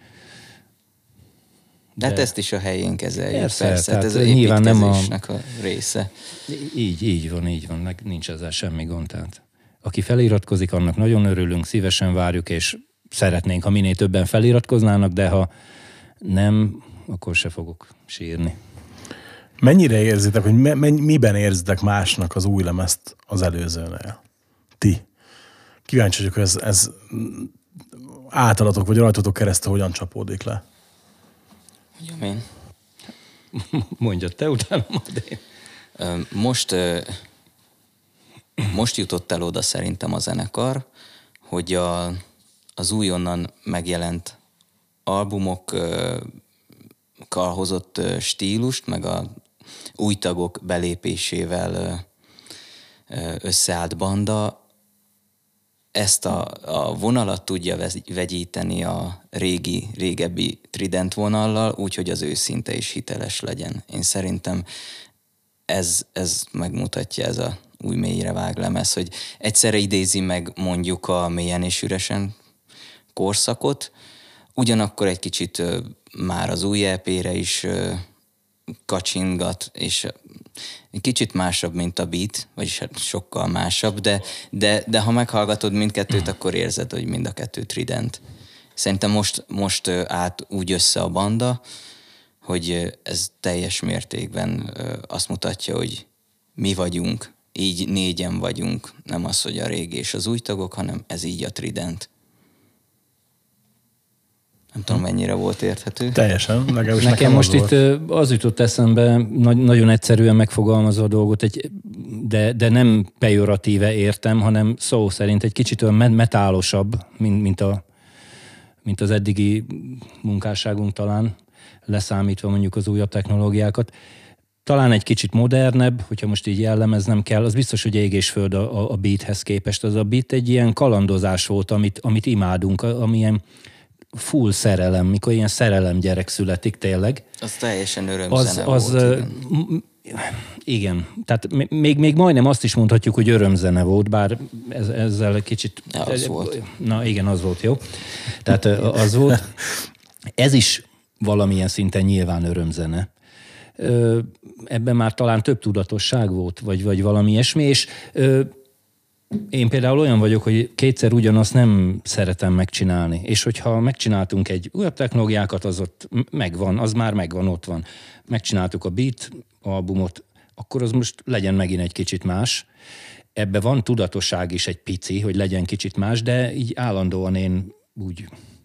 De hát ezt is a helyén kezeljük, persze. persze. Hát ez az nyilván nem a... a része. Így, így van, így van, nincs ezzel semmi gond. Tehát aki feliratkozik, annak nagyon örülünk, szívesen várjuk, és szeretnénk, ha minél többen feliratkoznának, de ha nem, akkor se fogok sírni. Mennyire érzitek, hogy me, miben érzitek másnak az új lemezt az előzőnél? Ti? Kíváncsi vagyok, hogy ez, ez általatok vagy rajtatok keresztül hogyan csapódik le. Mondjam én. Mondjad te, utána majd én. Most, most jutott el oda szerintem a zenekar, hogy a, az újonnan megjelent albumokkal hozott stílust, meg a új tagok belépésével összeállt banda, ezt a, a vonalat tudja vegyíteni a régi, régebbi Trident vonallal, úgyhogy az őszinte és hiteles legyen. Én szerintem ez, ez megmutatja ez a új mélyre vág lemez, hogy egyszerre idézi meg mondjuk a Mélyen és üresen korszakot, ugyanakkor egy kicsit már az új é pére is kacsingat, és egy kicsit másabb, mint a beat, vagyis hát sokkal másabb, de, de, de ha meghallgatod mindkettőt, akkor érzed, hogy mind a kettő Trident. Szerintem most, most állt úgy össze a banda, hogy ez teljes mértékben azt mutatja, hogy mi vagyunk, így négyen vagyunk, nem az, hogy a régi és az új tagok, hanem ez így a Trident. Nem tudom, mennyire volt érthető. Teljesen. Nekem, nekem most itt volt. Az jutott eszembe, nagyon egyszerűen megfogalmazva a dolgot, egy, de, de nem pejoratíve értem, hanem szó szerint egy kicsit olyan metálosabb, mint, mint, a, mint az eddigi munkásságunk talán, leszámítva mondjuk az újabb technológiákat. Talán egy kicsit modernebb, hogyha most így jellemeznem kell, az biztos, hogy ég és föld a, a beathez képest. Az a beat egy ilyen kalandozás volt, amit, amit imádunk, amilyen full szerelem, mikor ilyen szerelem gyerek születik tényleg. Az teljesen örömzene az, az, volt. Igen. igen. Tehát még, még majdnem azt is mondhatjuk, hogy örömzene volt, bár ez, ezzel kicsit... Ja, az volt. Na igen, az volt, jó. Tehát az volt. Ez is valamilyen szinten nyilván örömzene. Ebben már talán több tudatosság volt, vagy, vagy valami ilyesmi, és én például olyan vagyok, hogy kétszer ugyanazt nem szeretem megcsinálni. És hogyha megcsináltunk egy újabb technológiákat, az ott megvan, az már megvan, ott van. Megcsináltuk a Beat albumot, akkor az most legyen megint egy kicsit más. Ebbe van tudatosság is egy pici, hogy legyen kicsit más, de így állandóan én úgy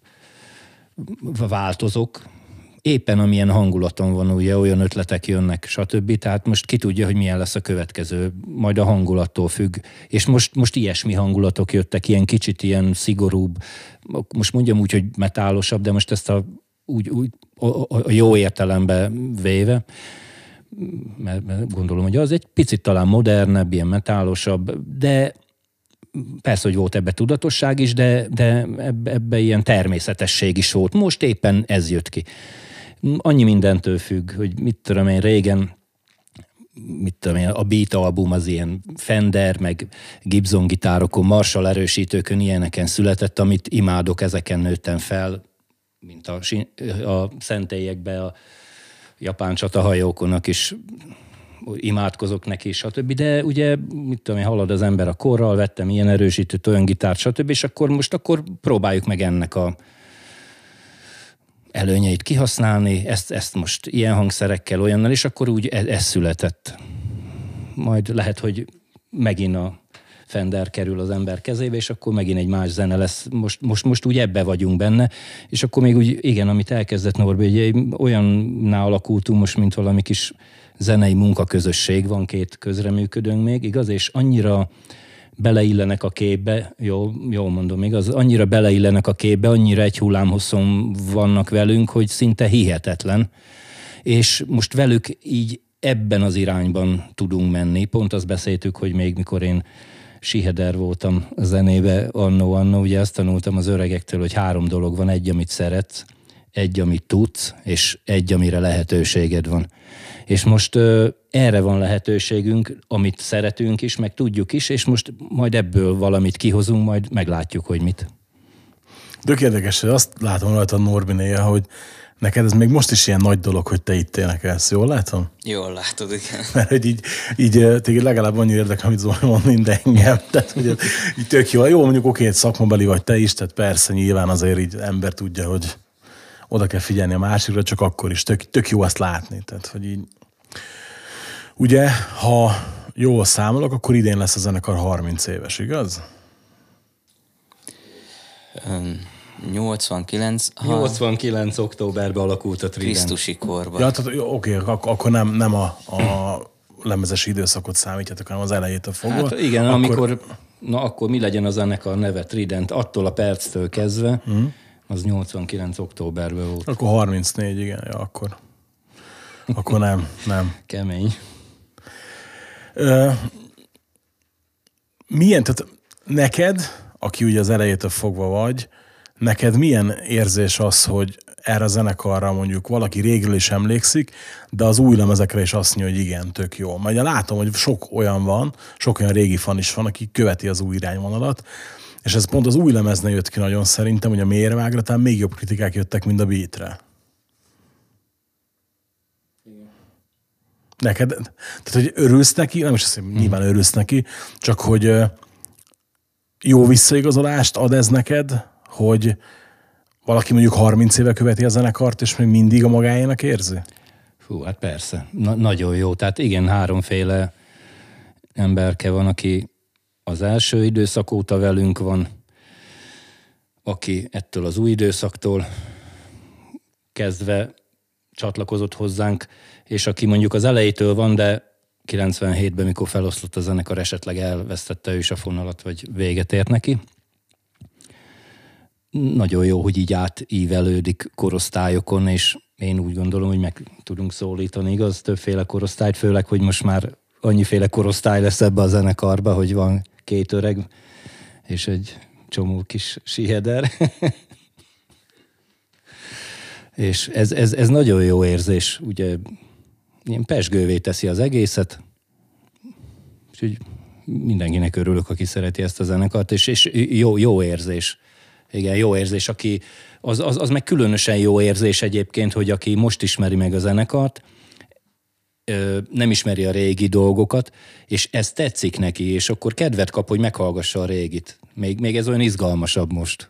változok. Éppen amilyen hangulaton van, ugye olyan ötletek jönnek, stb. Tehát most ki tudja, hogy milyen lesz a következő, majd a hangulattól függ. És most, most ilyesmi hangulatok jöttek, ilyen kicsit ilyen szigorúbb, most mondjam úgy, hogy metálosabb, de most ezt a, úgy, úgy, a, a jó értelembe véve, mert, mert gondolom, hogy az egy picit talán modernebb, ilyen metálosabb, de persze, hogy volt ebbe tudatosság is, de, de ebbe, ebbe ilyen természetesség is volt. Most éppen ez jött ki. Annyi mindentől függ, hogy mit tudom én, régen, mit tudom én, a Beat album az ilyen Fender, meg Gibson gitárokon, Marshall erősítőkön, ilyeneken született, amit imádok, ezeken nőttem fel, mint a, a szentélyekbe, a japán csatahajókonak is imádkozok neki, stb. De ugye, mit tudom én, halad az ember a korral, vettem ilyen erősítőt, olyan gitárt, stb. És akkor most akkor próbáljuk meg ennek a előnyeit kihasználni, ezt, ezt most ilyen hangszerekkel, olyannal, és akkor úgy ez, ez született. Majd lehet, hogy megint a Fender kerül az ember kezébe, és akkor megint egy más zene lesz. Most, most, most úgy ebbe vagyunk benne, és akkor még úgy, igen, amit elkezdett Norbi, ugye olyanná alakultunk most, mint valami kis zenei munkaközösség, van két közreműködőnk még, igaz? És annyira beleillenek a képbe, jó, jól mondom, igaz? Annyira beleillenek a képbe, annyira egy hullámhosszon vannak velünk, hogy szinte hihetetlen. És most velük így ebben az irányban tudunk menni. Pont azt beszéltük, hogy még mikor én siheder voltam a zenébe annó-annó, ugye azt tanultam az öregektől, hogy három dolog van, egy, amit szeretsz, egy, amit tudsz, és egy, amire lehetőséged van. És most ö, erre van lehetőségünk, amit szeretünk is, meg tudjuk is, és most majd ebből valamit kihozunk, majd meglátjuk, hogy mit. Tök érdekes, hogy azt látom rajta Norbinéja, hogy neked ez még most is ilyen nagy dolog, hogy te itt énekelsz. Jól látom? Jól látod, igen. Mert hogy így, így téged legalább annyira érdekel, amit Zoli mond, mint engem. Tehát, hogy így tök jó. Jó, mondjuk oké, egy szakmabeli vagy te is, tehát persze nyilván azért így ember tudja, hogy oda kell figyelni a másikra, csak akkor is tök, tök jó azt látni. Tehát, hogy így ugye, ha jól számolok, akkor idén lesz a zenekar harminc éves, igaz? nyolcvankilenc Ha nyolcvankilenc októberben alakult a Trident. Krisztusi korban. Ja, tehát oké, ak- akkor nem, nem a, a lemezes időszakot számítjátok, hanem az elejétől fogva. Hát igen, akkor... amikor, na akkor mi legyen az ennek a neve Trident, attól a perctől kezdve, mm. az nyolcvankilenc októberben volt. Akkor harmincnégy, igen, ja, akkor. Akkor nem, nem. Kemény. Ö, milyen, tehát neked, aki ugye az elejétől fogva vagy, neked milyen érzés az, hogy erre a zenekarra mondjuk valaki régről is emlékszik, de az új lemezekre is azt mondja, hogy igen, tök jó. Majd látom, hogy sok olyan van, sok olyan régi fan is van, aki követi az új irányvonalat, és ez pont az új lemeznél jött ki nagyon szerintem, hogy a Mérvágra talán még jobb kritikák jöttek, mint a Beatre. Neked, tehát hogy örülsz neki, nem is azt mondom, nyilván örülsz neki, csak hogy jó visszaigazolást ad ez neked, hogy valaki mondjuk harminc éve követi a zenekart, és még mindig a magáénak érzi? Hú, hát persze. Na, nagyon jó. Tehát igen, háromféle emberke van, aki az első időszak óta velünk van, aki ettől az új időszaktól kezdve csatlakozott hozzánk, és aki mondjuk az elejétől van, de kilencvenhétben, mikor feloszlott a zenekar, esetleg elvesztette ő is a fonalat, vagy véget ért neki. Nagyon jó, hogy így átívelődik korosztályokon, és én úgy gondolom, hogy meg tudunk szólítani, igaz? Többféle korosztályt, főleg, hogy most már annyiféle korosztály lesz ebbe a zenekarba, hogy van két öreg, és egy csomó kis siheder. És ez, ez, ez nagyon jó érzés, ugye ilyen pezsgővé teszi az egészet, úgyhogy mindenkinek örülök, aki szereti ezt a zenekart, és, és jó, jó érzés. Igen, jó érzés, aki, az, az, az meg különösen jó érzés egyébként, hogy aki most ismeri meg a zenekart, nem ismeri a régi dolgokat, és ez tetszik neki, és akkor kedvet kap, hogy meghallgassa a régit. Még, még ez olyan izgalmasabb most.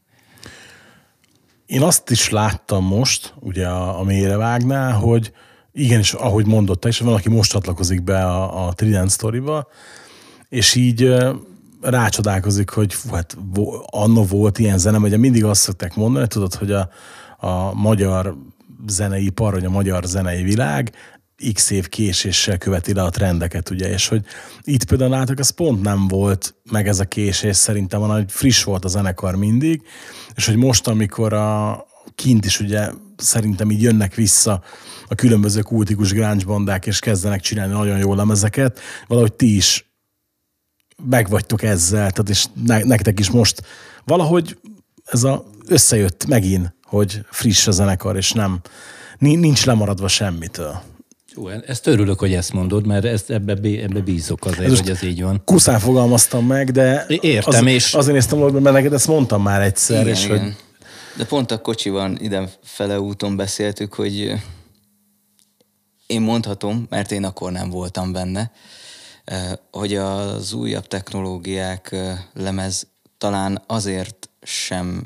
Én azt is láttam most, ugye a, a Mélyrevágnál, hogy igenis, ahogy mondotta, és van, aki most csatlakozik be a, a Trident Storyba, és így rácsodálkozik, hogy fú, hát anno volt ilyen zene, ugye mindig azt szokták mondani, tudod, hogy a, a magyar zenei par, vagy a magyar zenei világ x év késéssel követi le a trendeket, ugye, és hogy itt például látok, ez pont nem volt meg ez a késés, szerintem van, hogy friss volt a zenekar mindig, és hogy most, amikor a kint is ugye szerintem így jönnek vissza a különböző kultikus grunge bandák, és kezdenek csinálni nagyon jó lemezeket, valahogy ti is megvagytok ezzel, tehát és ne, nektek is most valahogy ez a összejött megint, hogy friss a zenekar, és nem, nincs lemaradva semmitől. Jó, ezt örülök, hogy ezt mondod, mert ezt, ebbe, ebbe bízok azért, ez hogy ez így van. Kuszán fogalmaztam meg, de értem, az, és... azért néztem, mert neked ezt mondtam már egyszer. Igen, és igen. Hogy... De pont a kocsiban ide fele úton beszéltük, hogy én mondhatom, mert én akkor nem voltam benne, hogy az újabb technológiák lemez talán azért sem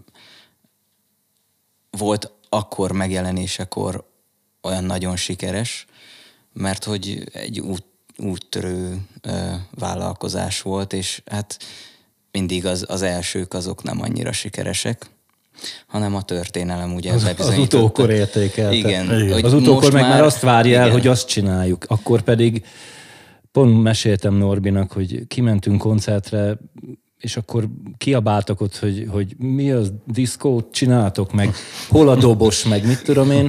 volt akkor megjelenésekor olyan nagyon sikeres, mert hogy egy út, úttörő vállalkozás volt, és hát mindig az, az elsők azok nem annyira sikeresek, hanem a történelem ugye az, az utókor értékelte. Igen. igen. Az utókor meg már azt várja el, hogy azt csináljuk. Akkor pedig pont meséltem Norbinak, hogy kimentünk koncertre, és akkor kiabáltak ott, hogy, hogy mi az, diszkót csináltok, meg hol a dobos, meg mit tudom én.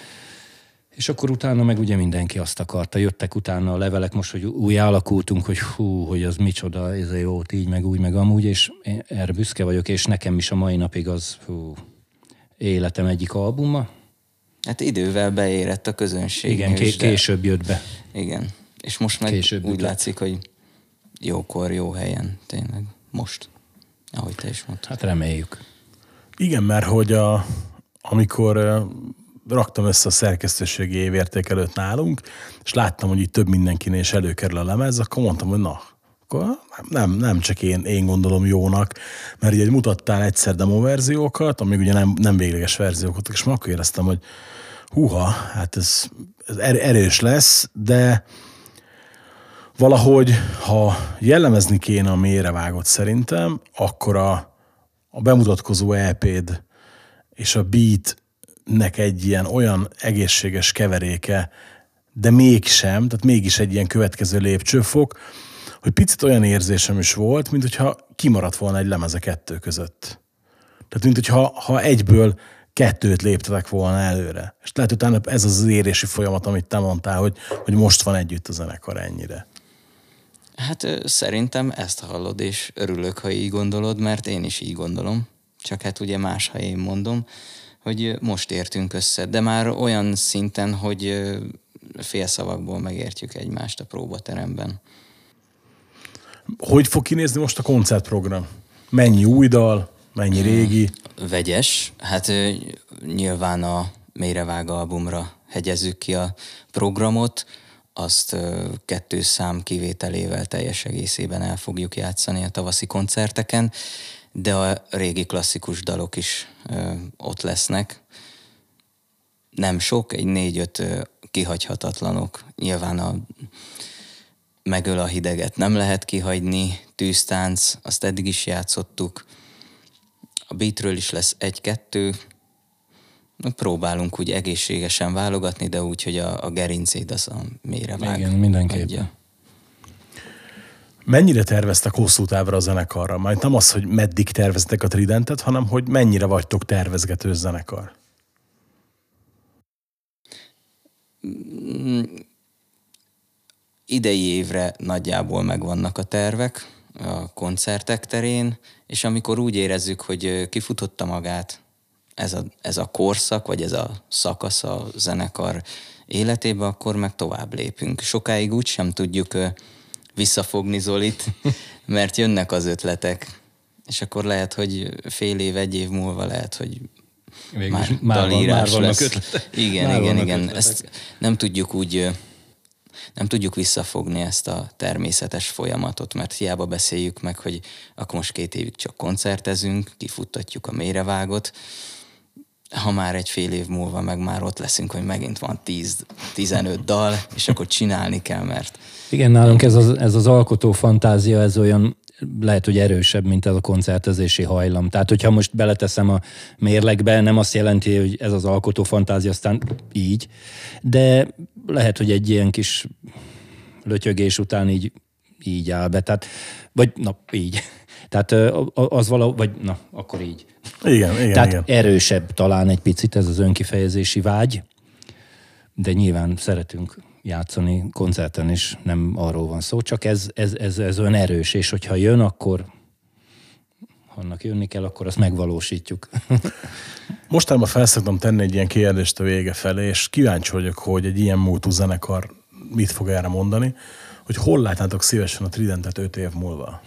És akkor utána meg ugye mindenki azt akarta. Jöttek utána a levelek most, hogy újjá alakultunk, hogy hú, hogy az micsoda, ez a jót, így, meg úgy, meg amúgy, és én erre büszke vagyok, és nekem is a mai napig az hú, életem egyik albuma. Hát idővel beérett a közönség. Igen, ké- később jött be. Igen. És most meg később úgy látszik, hogy jókor, jó helyen, tényleg. Most. Ahogy te is mondtad. Hát reméljük. Igen, mert hogy a, amikor uh, raktam össze a szerkesztőségi évértékelőt nálunk, és láttam, hogy itt több mindenkinél is előkerül a lemez, akkor mondtam, hogy na, akkor nem, nem csak én, én gondolom jónak, mert ugye mutattál egyszer demo verziókat, amíg ugye nem, nem végleges verziókat, és akkor éreztem, hogy húha, hát ez, ez erős lesz, de valahogy, ha jellemezni kéne a Mélyrevágot szerintem, akkor a, a bemutatkozó é péd és a beatnek egy ilyen olyan egészséges keveréke, de mégsem, tehát mégis egy ilyen következő lépcsőfok, hogy picit olyan érzésem is volt, mint hogyha kimaradt volna egy lemez a kettő között. Tehát mint hogyha ha egyből kettőt léptetek volna előre. És lehet utána ez az érési folyamat, amit te mondtál, hogy, hogy most van együtt a zenekar ennyire. Hát szerintem ezt hallod, és örülök, ha így gondolod, mert én is így gondolom. Csak hát ugye más, ha én mondom, hogy most értünk össze. De már olyan szinten, hogy félszavakból megértjük egymást a próbateremben. Hogy fog kinézni most a koncertprogram? Mennyi új dal, mennyi régi? Vegyes. Hát nyilván a Mélyrevág albumra hegyezzük ki a programot, azt kettő szám kivételével teljes egészében el fogjuk játszani a tavaszi koncerteken, de a régi klasszikus dalok is ott lesznek. Nem sok, egy négy-öt kihagyhatatlanok. Nyilván a Megöl a hideget nem lehet kihagyni, Tűztánc, azt eddig is játszottuk. A beatről is lesz egy-kettő. Próbálunk úgy egészségesen válogatni, de úgy, hogy a, a gerincét az a Mélyrevág. Igen, mindenképpen. Mennyire terveztek hosszú távra a zenekarra? Majd nem az, hogy meddig terveztek a Tridentet, hanem hogy mennyire vagytok tervezgető zenekar? Idei évre nagyjából megvannak a tervek a koncertek terén, és amikor úgy érezzük, hogy kifutotta magát ez a, ez a korszak, vagy ez a szakasz a zenekar életébe, akkor meg tovább lépünk. Sokáig úgy sem tudjuk visszafogni Zolit, mert jönnek az ötletek, és akkor lehet, hogy fél év, egy év múlva lehet, hogy végül már, már dalírás van, már lesz. Ötletek. Igen, már igen, igen. Ötletek. Ezt nem tudjuk úgy nem tudjuk visszafogni ezt a természetes folyamatot, mert hiába beszéljük meg, hogy akkor most két évig csak koncertezünk, kifuttatjuk a mélyrevágot, ha már egy fél év múlva meg már ott leszünk, hogy megint van tíz-tizenöt dal, és akkor csinálni kell, mert... Igen, nálunk ez az, ez az alkotó fantázia, ez olyan lehet, hogy erősebb, mint ez a koncertezési hajlam. Tehát, hogyha most beleteszem a mérlegbe, nem azt jelenti, hogy ez az alkotó fantázia aztán így, de lehet, hogy egy ilyen kis lötyögés után így, így áll be. Tehát, vagy na, így. Tehát az valahogy, vagy na, akkor így. Igen, igen, Tehát igen. erősebb talán egy picit ez az önkifejezési vágy, de nyilván szeretünk játszani koncerten is, nem arról van szó, csak ez, ez, ez, ez olyan erős, és hogyha jön, akkor ha annak jönni kell, akkor azt megvalósítjuk. Mostanában fel szoktam tenni egy ilyen kérdést a vége felé, és kíváncsi vagyok, hogy egy ilyen múltú zenekar mit fog erre mondani, hogy hol látnátok szívesen a Tridentet öt év múlva?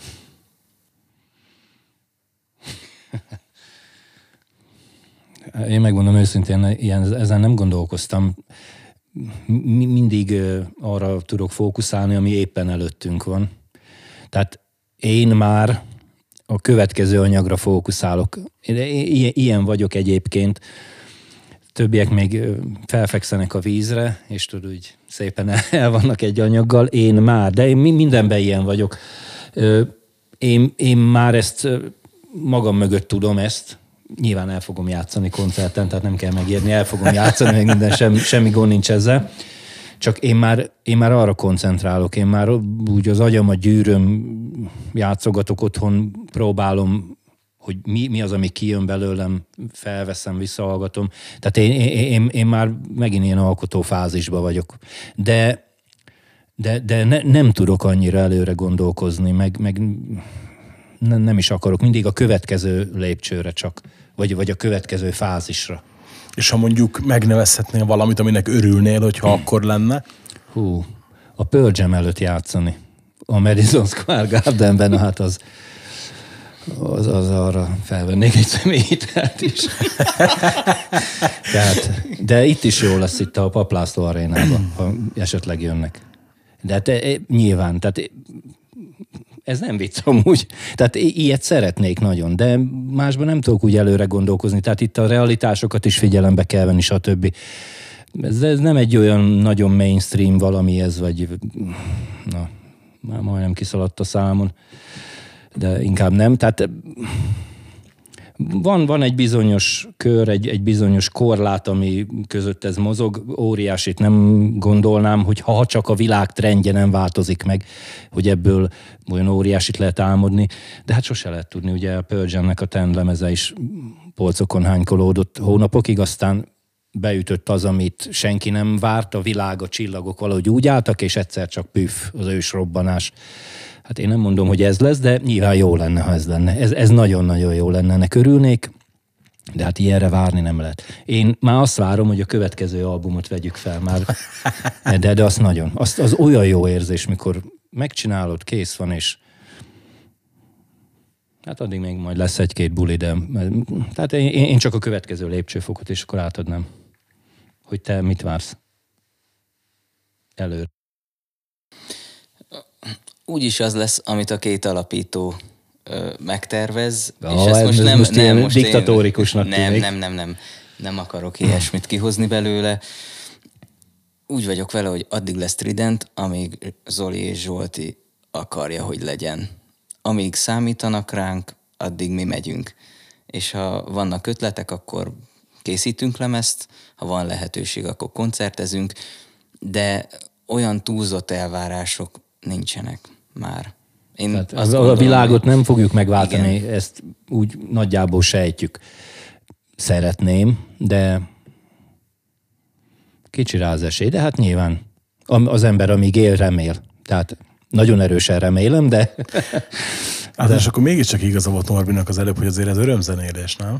Én megmondom őszintén, ilyen, ezen nem gondolkoztam. Mindig arra tudok fókuszálni, ami éppen előttünk van. Tehát én már a következő anyagra fókuszálok. Ilyen vagyok egyébként. Többiek még felfekszenek a vízre, és tudod, úgy szépen el vannak egy anyaggal. Én már, de én mindenben ilyen vagyok. Én, én már ezt magam mögött tudom ezt. Nyilván el fogom játszani koncerten, tehát nem kell megérni, el fogom játszani, meg minden, semmi, semmi gond nincs ezzel. Csak én már, én már arra koncentrálok, én már úgy az agyam, a gyűröm, játszogatok otthon, próbálom, hogy mi, mi az, ami kijön belőlem, felveszem, visszahallgatom. Tehát én, én, én, én már megint ilyen alkotó fázisban vagyok. De, de, de ne, nem tudok annyira előre gondolkozni, meg, meg nem, nem is akarok. Mindig a következő lépcsőre csak, vagy, vagy a következő fázisra. És ha mondjuk megnevezhetnél valamit, aminek örülnél, hogyha hmm. akkor lenne? Hú, a Pearl Jam előtt játszani. A Madison Square Gardenben, hát az, az, az arra felvennék egy személyhitelt is. Tehát, de itt is jó lesz itt a Papp László arénában, ha esetleg jönnek. De hát, nyilván, tehát ez nem vicc amúgy. Tehát ilyet szeretnék nagyon, de másban nem tudok úgy előre gondolkozni. Tehát itt a realitásokat is figyelembe kell venni, stb. Ez, ez nem egy olyan nagyon mainstream valami ez, vagy na, már majdnem kiszaladt a számon, de inkább nem. Tehát van, van egy bizonyos kör, egy, egy bizonyos korlát, ami között ez mozog. Óriásit nem gondolnám, hogy ha csak a világ trendje nem változik meg, hogy ebből olyan óriásit lehet álmodni. De hát sose lehet tudni, ugye a Pearl Jamnek a Ten lemeze is polcokon hánykolódott hónapokig, aztán beütött az, amit senki nem várt, a világ, a csillagok valahogy úgy álltak, és egyszer csak püff, az ősrobbanás. Hát én nem mondom, hogy ez lesz, de nyilván jó lenne, ha ez lenne. Ez, ez nagyon-nagyon jó lenne, ennek örülnék, de hát ilyenre várni nem lehet. Én már azt várom, hogy a következő albumot vegyük fel már, de, de azt nagyon. Az, az olyan jó érzés, mikor megcsinálod, kész van, és hát addig még majd lesz egy-két buli, de tehát én, én csak a következő lépcsőfokot, és akkor átadnám, hogy te mit vársz előre. Úgyis az lesz, amit a két alapító ö, megtervez. Ja, és ezt most nem, most nem most diktatórikusnak én, nem, tűnik. nem, nem, nem, nem akarok ilyesmit kihozni belőle. Úgy vagyok vele, hogy addig lesz Trident, amíg Zoli és Zsolti akarja, hogy legyen. Amíg számítanak ránk, addig mi megyünk. És ha vannak ötletek, akkor készítünk lemezt, ha van lehetőség, akkor koncertezünk, de olyan túlzott elvárások nincsenek már. Én Tehát azt a gondolom, világot nem fogjuk megváltani, igen. Ezt úgy nagyjából sejtjük. Szeretném, de kicsi rá az esély, de hát nyilván az ember, amíg él, remél. Tehát nagyon erősen remélem, de... Hát de... és akkor mégiscsak igaza volt Norbinak az előbb, hogy azért ez örömzenélés, nem?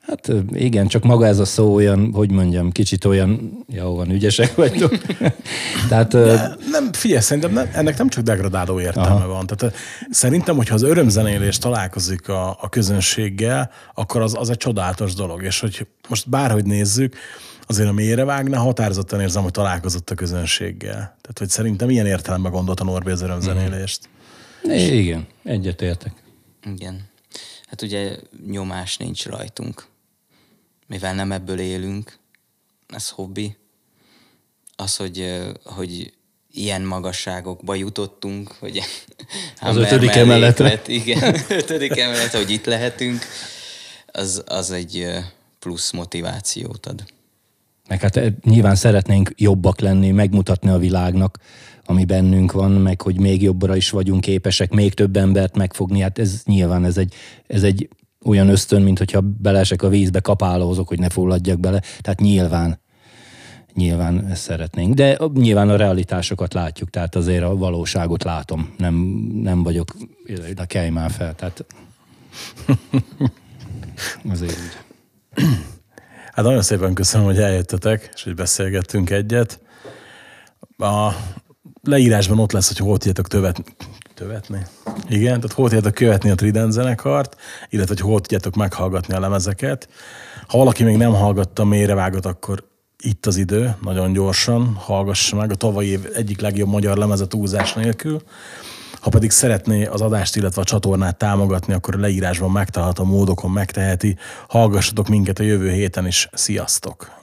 Hát igen, csak maga ez a szó olyan, hogy mondjam, kicsit olyan, jó van, ügyesek vagytok. Tehát, De, nem, figyelj, szerintem nem, ennek nem csak degradáló értelme aha. van. Tehát szerintem, hogyha az örömzenélés találkozik a, a közönséggel, akkor az, az egy csodálatos dolog. És hogy most bárhogy nézzük, azért a mélyre vágna, határozottan érzem, hogy találkozott a közönséggel. Tehát, hogy szerintem ilyen értelemben gondolta Norbi az örömzenélést. Mm. Igen, egyetértek. Igen. Hát ugye nyomás nincs rajtunk. Mivel nem ebből élünk, ez hobbi. Az, hogy, hogy ilyen magasságokba jutottunk, hogy az ötödik emeletre. Igen, ötödik emeletre, hogy itt lehetünk, az, az egy plusz motivációt ad. Meg hát nyilván szeretnénk jobbak lenni, megmutatni a világnak, ami bennünk van, meg hogy még jobbra is vagyunk képesek, még több embert megfogni. Hát ez nyilván ez egy, ez egy olyan ösztön, mint hogyha beleesek a vízbe, kapálózok, hogy ne fulladjak bele. Tehát nyilván, nyilván ezt szeretnénk. De nyilván a realitásokat látjuk, tehát azért a valóságot látom. Nem, nem vagyok, de kelj már fel, tehát azért úgy. Hát nagyon szépen köszönöm, hogy eljöttetek, és hogy beszélgettünk egyet. A leírásban ott lesz, hogy hol tudjátok tövetni. Tövetni? Igen, tehát hol tudjátok követni a Trident zenekart, illetve hogy hol tudjátok meghallgatni a lemezeket. Ha valaki még nem hallgatta mélyrevágott, akkor itt az idő, nagyon gyorsan hallgassa meg a tavalyi év egyik legjobb magyar lemeze túlzás nélkül. Ha pedig szeretné az adást, illetve a csatornát támogatni, akkor a leírásban megtalálható módokon megteheti. Hallgassatok minket a jövő héten is. Sziasztok!